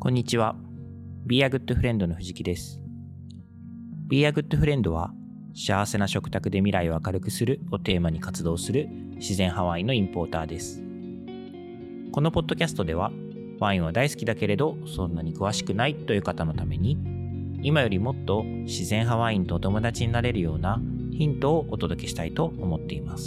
こんにちは。Be a Good Friend の藤木です。Be a Good Friend は幸せな食卓で未来を明るくするをテーマに活動する自然ハワイのインポーターです。このポッドキャストではワインは大好きだけれどそんなに詳しくないという方のために今よりもっと自然ハワインとお友達になれるようなヒントをお届けしたいと思っています。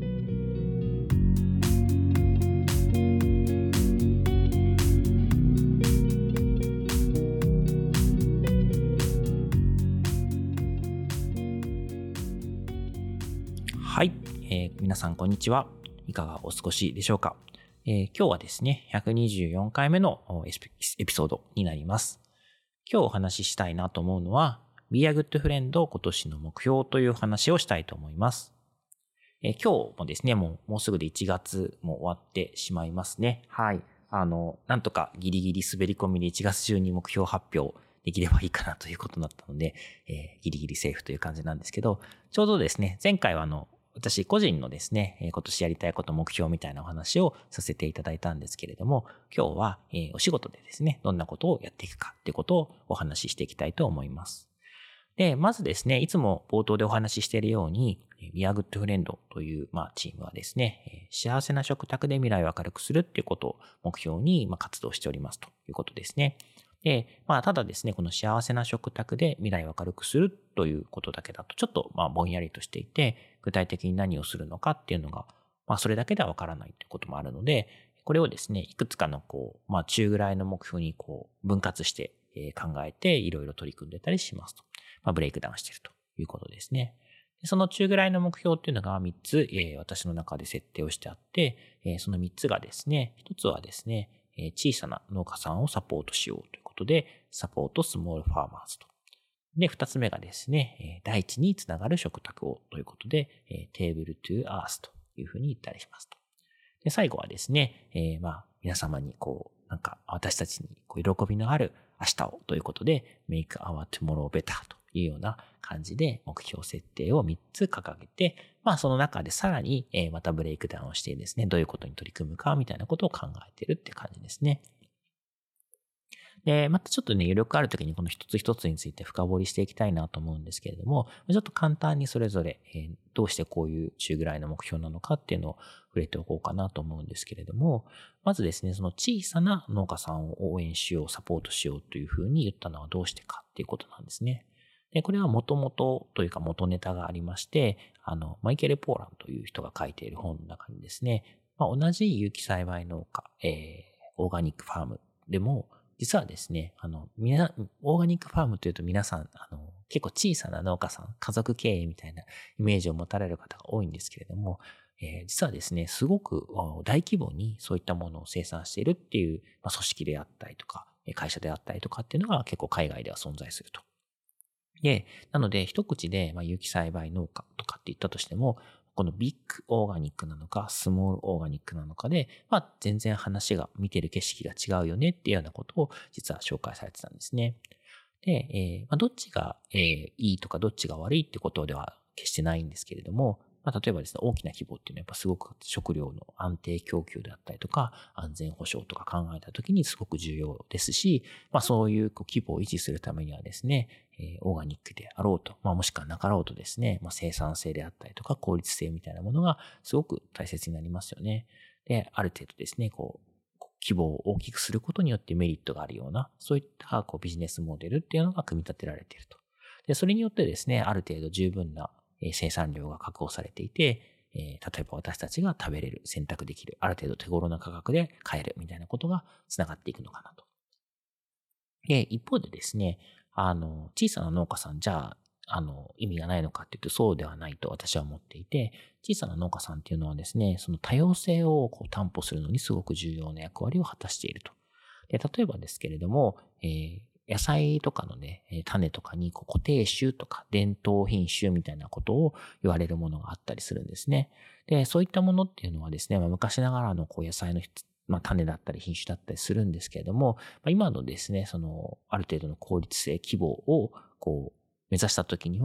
はい、皆さんこんにちは。いかがお過ごしでしょうか。今日はですね、124回目のエピソードになります。今日お話ししたいなと思うのは、Be a Good Friend 今年の目標という話をしたいと思います。今日もですね、もうすぐで1月も終わってしまいますね。はい。なんとかギリギリ滑り込みで1月中に目標発表できればいいかなということだったので、ギリギリセーフという感じなんですけど、ちょうどですね、前回は私個人のですね、今年やりたいこと、目標みたいなお話をさせていただいたんですけれども、今日は、お仕事でですね、どんなことをやっていくかっていうことをお話ししていきたいと思います。で、まずですね、いつも冒頭でお話ししているように、Be a Good Friend という、チームはですね、幸せな食卓で未来を明るくするっていうことを目標に、活動しておりますということですね。で、ただですね、この幸せな食卓で未来を明るくするということだけだと、ちょっとぼんやりとしていて、具体的に何をするのかっていうのが、それだけではわからないということもあるので、これをですね、いくつかの中ぐらいの目標に分割して考えていろいろ取り組んでたりしますと。ブレイクダウンしているということですね。その中ぐらいの目標っていうのが3つ、私の中で設定をしてあって、その3つがですね、1つはですね、小さな農家さんをサポートしようということで、サポートスモールファーマーズと。で、2つ目がですね、大地につながる食卓をということで、テーブルトゥーアースというふうに言ったりしますと。で、最後はですね、皆様に私たちに喜びのある明日をということで、make our tomorrow better というような感じで目標設定を3つ掲げて、その中でさらにまたブレイクダウンをしてですね、どういうことに取り組むかみたいなことを考えているって感じですね。で、またちょっとね、余力あるときにこの一つ一つについて深掘りしていきたいなと思うんですけれども、ちょっと簡単にそれぞれ、どうしてこういう中ぐらいの目標なのかっていうのを触れておこうかなと思うんですけれども、まずですね、その小さな農家さんを応援しよう、サポートしようというふうに言ったのはどうしてかっていうことなんですね。で、これは元々というか元ネタがありまして、マイケル・ポーランという人が書いている本の中にですね、同じ有機栽培農家、オーガニックファームでも、実はですね、オーガニックファームというと皆さん、結構小さな農家さん、家族経営みたいなイメージを持たれる方が多いんですけれども、実はですね、すごく大規模にそういったものを生産しているっていう、組織であったりとか、会社であったりとかっていうのが結構海外では存在すると。で、なので一口で有機栽培農家とかって言ったとしても、このビッグオーガニックなのかスモールオーガニックなのかで、全然話が見てる景色が違うよねっていうようなことを実は紹介されてたんですね。で、どっちがいいとかどっちが悪いってことでは決してないんですけれども、例えばですね、大きな規模っていうのはやっぱすごく食料の安定供給であったりとか、安全保障とか考えたときにすごく重要ですし、そういう規模を維持するためにはですね、オーガニックであろうと、もしくはなかろうとですね、生産性であったりとか効率性みたいなものがすごく大切になりますよね。で、ある程度ですね、規模を大きくすることによってメリットがあるような、そういったビジネスモデルっていうのが組み立てられていると。で、それによってですね、ある程度十分な生産量が確保されていて、例えば私たちが食べれる、選択できる、ある程度手頃な価格で買えるみたいなことがつながっていくのかなと。で、一方でですね、小さな農家さんじゃ意味がないのかっていうとそうではないと私は思っていて、小さな農家さんっていうのはですね、その多様性を担保するのにすごく重要な役割を果たしていると。で、例えばですけれども、野菜とかのね、種とかに固定種とか伝統品種みたいなことを言われるものがあったりするんですね。で、そういったものっていうのはですね、昔ながらの野菜の種だったり品種だったりするんですけれども、今のですね、ある程度の効率性、規模を目指したときには、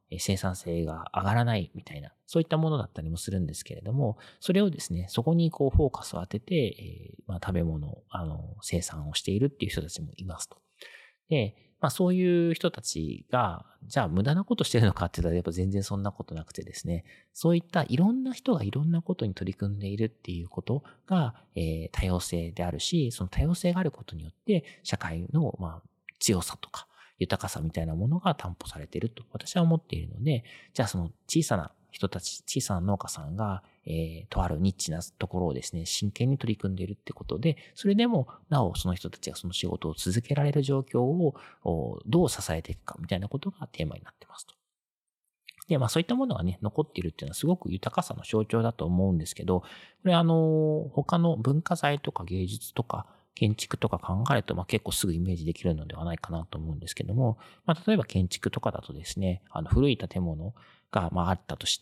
生産性が上がらないみたいな、そういったものだったりもするんですけれども、それをですね、そこにフォーカスを当てて、食べ物を、生産をしているっていう人たちもいますと。で、そういう人たちが、じゃあ無駄なことしてるのかって言ったらやっぱ全然そんなことなくてですね、そういったいろんな人がいろんなことに取り組んでいるっていうことが、多様性であるし、その多様性があることによって社会の、強さとか豊かさみたいなものが担保されていると私は思っているので、じゃあその小さな人たち、小さな農家さんが、とあるニッチなところをですね、真剣に取り組んでいるってことで、それでもなおその人たちがその仕事を続けられる状況をどう支えていくかみたいなことがテーマになってますと。で、そういったものがね、残っているっていうのはすごく豊かさの象徴だと思うんですけど、これ他の文化財とか芸術とか建築とか考えると、結構すぐイメージできるのではないかなと思うんですけども、例えば建築とかだとですね、古い建物が、あったとして、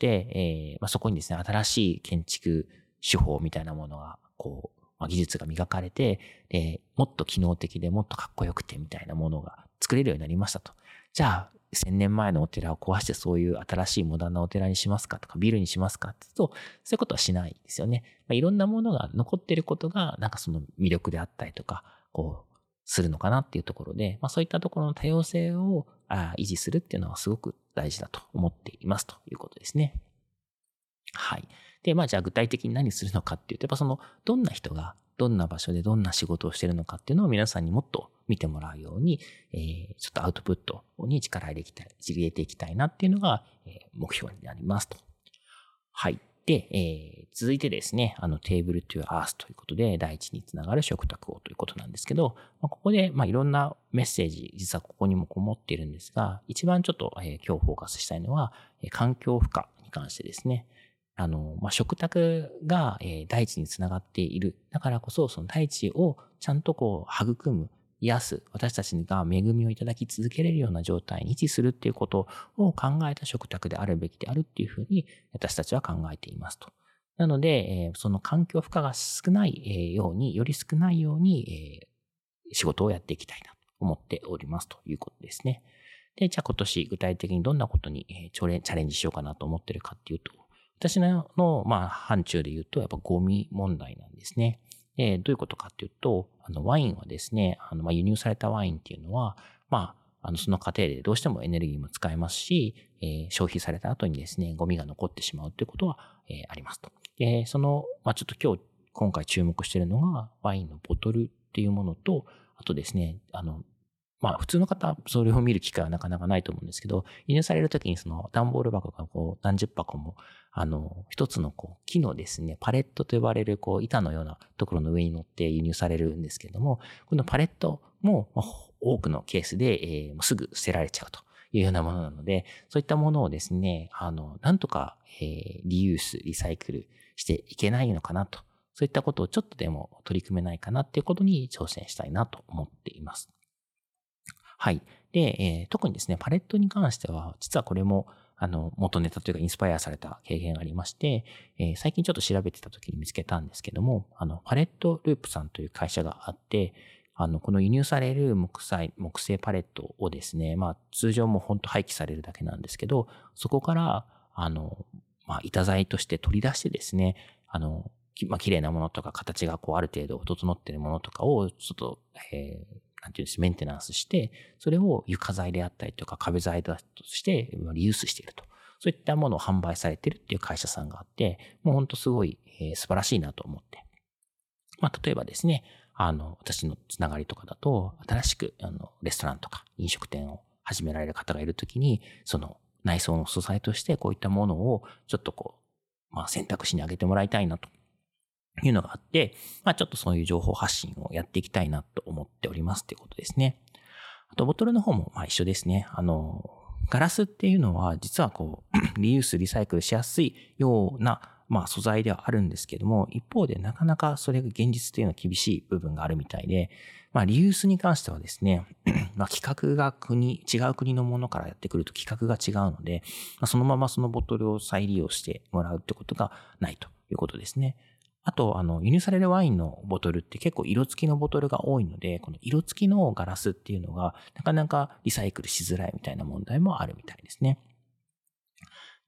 そこにですね、新しい建築手法みたいなものが、技術が磨かれて、もっと機能的でもっとかっこよくてみたいなものが作れるようになりましたと。じゃあ、1000年前のお寺を壊してそういう新しいモダンなお寺にしますかとかビルにしますかって言うと、そういうことはしないですよね。いろんなものが残っていることが、その魅力であったりとか、するのかなっていうところで、そういったところの多様性を維持するっていうのはすごく大事だと思っていますということですね。はい。で、じゃあ具体的に何するのかっていうと、やっぱどんな人がどんな場所でどんな仕事をしているのかっていうのを皆さんにもっと見てもらうように、ちょっとアウトプットに力入れていきたいなっていうのが、目標になりますと。はい。で、続いてですね、テーブルトゥアースということで、第一につながる食卓をということなんですけど、ここで、いろんなメッセージ、実はここにもこもっているんですが、一番ちょっと、今日フォーカスしたいのは、環境負荷に関してですね。食卓が、大地につながっている。だからこそ、その大地をちゃんと育む、癒す、私たちが恵みをいただき続けれるような状態に維持するっていうことを考えた食卓であるべきであるっていうふうに私たちは考えていますと。なので、その環境負荷が少ないように、より少ないように、仕事をやっていきたいなと思っておりますということですね。で、じゃあ今年具体的にどんなことにチャレンジしようかなと思ってるかっていうと、私の範疇で言うと、やっぱゴミ問題なんですね。どういうことかっていうと、ワインはですね、輸入されたワインっていうのは、その過程でどうしてもエネルギーも使えますし、消費された後にですね、ゴミが残ってしまうということは、ありますと。で、ちょっと今回注目しているのが、ワインのボトルっていうものと、あとですね、普通の方、それを見る機会はなかなかないと思うんですけど、輸入されるときにその段ボール箱が何十箱も、一つの木のですね、パレットと呼ばれる板のようなところの上に乗って輸入されるんですけれども、このパレットも多くのケースですぐ捨てられちゃうというようなものなので、そういったものをですね、なんとかリユース、リサイクルしていけないのかなと、そういったことをちょっとでも取り組めないかなっていうことに挑戦したいなと思っています。はい。で、特にですね、パレットに関しては、実はこれも、元ネタというかインスパイアされた経験がありまして、最近ちょっと調べてた時に見つけたんですけども、パレットループさんという会社があって、この輸入される木製パレットをですね、通常も本当廃棄されるだけなんですけど、そこから、板材として取り出してですね、綺麗なものとか形がある程度整っているものとかをちょっと、なんていうんです、メンテナンスして、それを床材であったりとか壁材だとしてリユースしていると。そういったものを販売されているっていう会社さんがあって、もう本当すごい、素晴らしいなと思って。例えばですね、私のつながりとかだと、新しく、レストランとか飲食店を始められる方がいるときに、その内装の素材としてこういったものをちょっと選択肢に挙げてもらいたいなというのがあって、ちょっとそういう情報発信をやっていきたいなと思っておりますということですね。あと、ボトルの方も一緒ですね。ガラスっていうのは実はリユース、リサイクルしやすいような素材ではあるんですけども、一方でなかなかそれが現実というのは厳しい部分があるみたいで、リユースに関してはですね、規格が違う国のものからやってくると規格が違うので、そのままそのボトルを再利用してもらうってことがないということですね。あと、輸入されるワインのボトルって結構色付きのボトルが多いので、この色付きのガラスっていうのがなかなかリサイクルしづらいみたいな問題もあるみたいですね。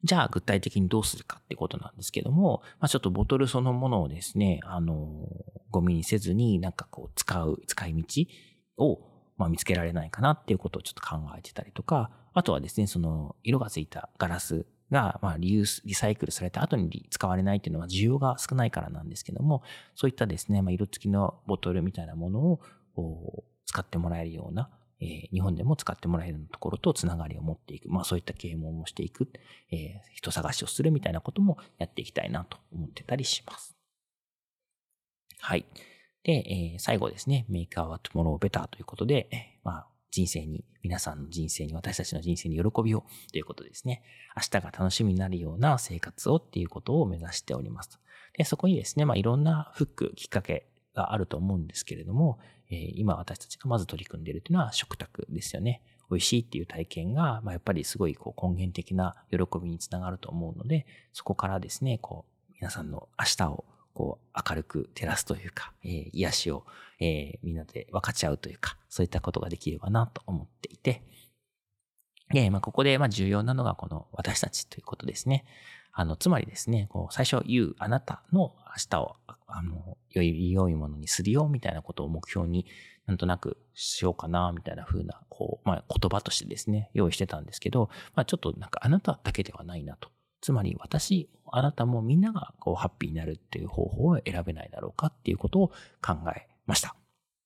じゃあ具体的にどうするかってことなんですけども、ちょっとボトルそのものをですね、ゴミにせずになんかこう使い道を見つけられないかなっていうことをちょっと考えてたりとか、あとはですね、その色がついたガラスがリサイクルされた後に使われないっていうのは需要が少ないからなんですけども、そういったですね、色付きのボトルみたいなものを使ってもらえるような、日本でも使ってもらえるところとつながりを持っていく、そういった啓蒙もしていく、人探しをするみたいなこともやっていきたいなと思ってたりします。はい。で、最後ですね、Make Our Tomorrow Better ということで、皆さんの人生に、私たちの人生に喜びをということですね。明日が楽しみになるような生活をっていうことを目指しております。で、そこにですね、いろんなフック、きっかけがあると思うんですけれども、今私たちがまず取り組んでいるというのは食卓ですよね。美味しいっていう体験が、やっぱりすごい根源的な喜びにつながると思うので、そこからですね、皆さんの明日を明るく照らすというか、癒しを、みんなで分かち合うというか、そういったことができればなと思っていて、ここで重要なのがこの私たちということですね。つまりですね、最初あなたの明日を良いものにするよみたいなことを目標になんとなくしようかなみたいな風な言葉としてですね用意してたんですけど、ちょっとなんかあなただけではないなと。つまりあなたもみんながハッピーになるっていう方法を選べないだろうかっていうことを考えました。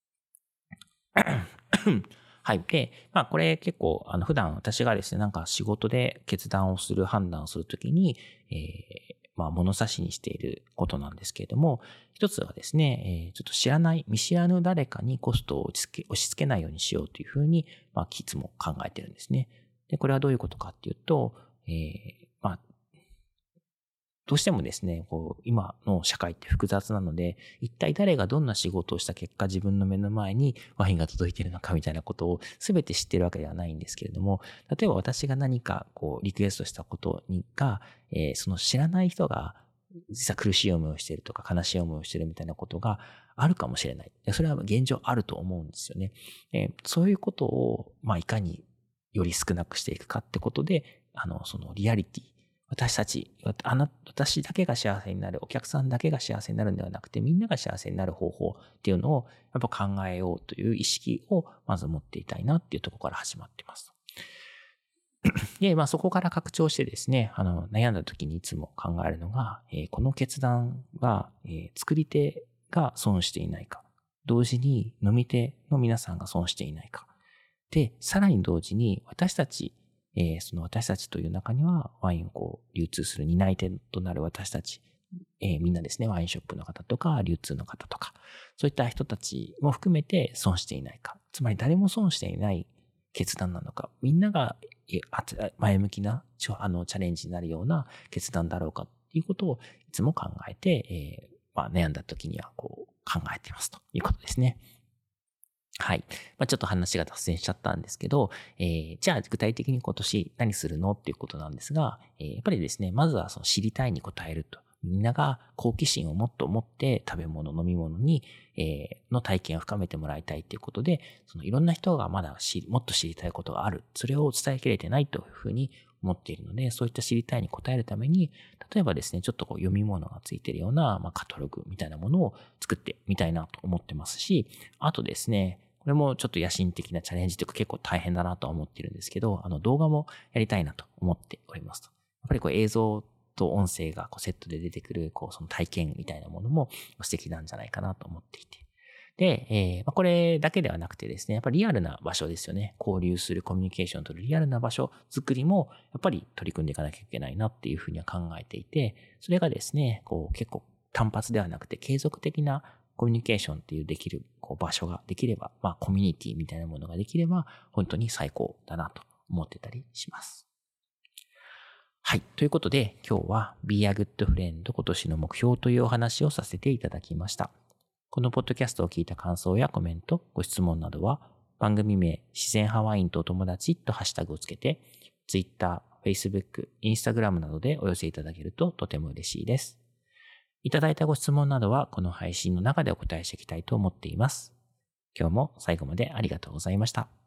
はい。で、これ結構、普段私がですね、なんか仕事で判断をするときに、物差しにしていることなんですけれども、一つはですね、ちょっと見知らぬ誰かにコストを押し付けないようにしようというふうに、いつも考えてるんですね。で、これはどういうことかっていうと、どうしてもですね、今の社会って複雑なので、一体誰がどんな仕事をした結果自分の目の前にワインが届いているのかみたいなことを全て知っているわけではないんですけれども、例えば私が何かリクエストしたことが、その知らない人が実は苦しい思いをしているとか悲しい思いをしているみたいなことがあるかもしれない。それは現状あると思うんですよね。そういうことを、いかにより少なくしていくかってことで、そのリアリティ、私だけが幸せになる、お客さんだけが幸せになるんではなくて、みんなが幸せになる方法っていうのをやっぱ考えようという意識をまず持っていたいなっていうところから始まっています。で、そこから拡張してですね、悩んだ時にいつも考えるのが、この決断は、作り手が損していないか、同時に飲み手の皆さんが損していないか。で、さらに同時に私たちという中にはワインを流通する担い手となる私たち、みんなですね、ワインショップの方とか流通の方とか、そういった人たちも含めて損していないか。つまり誰も損していない決断なのか、みんなが前向きなチャレンジになるような決断だろうかっていうことをいつも考えて、悩んだ時には考えていますということですね。はい。ちょっと話が脱線しちゃったんですけど、じゃあ具体的に今年何するのっていうことなんですが、やっぱりですね、まずはその知りたいに答えると。みんなが好奇心をもっと持って食べ物、飲み物に、の体験を深めてもらいたいということで、そのいろんな人がまだもっと知りたいことがある。それを伝えきれてないというふうに思っているので、そういった知りたいに答えるために、例えばですね、ちょっと読み物がついているような、カタログみたいなものを作ってみたいなと思ってますし、あとですね、これもちょっと野心的なチャレンジというか結構大変だなとは思っているんですけど、動画もやりたいなと思っておりますと。やっぱり映像と音声がセットで出てくるその体験みたいなものも素敵なんじゃないかなと思っていて。で、これだけではなくてですね、やっぱりリアルな場所ですよね。交流するコミュニケーションを取るリアルな場所作りもやっぱり取り組んでいかなきゃいけないなっていうふうには考えていて、それがですね、結構単発ではなくて継続的なコミュニケーションっていうできる場所ができれば、コミュニティみたいなものができれば、本当に最高だなと思ってたりします。はい。ということで、今日は Be a Good Friend 今年の目標というお話をさせていただきました。このポッドキャストを聞いた感想やコメント、ご質問などは、番組名、自然派ワインとお友達とハッシュタグをつけて、Twitter、Facebook、Instagram などでお寄せいただけるととても嬉しいです。いただいたご質問などはこの配信の中でお答えしていきたいと思っています。今日も最後までありがとうございました。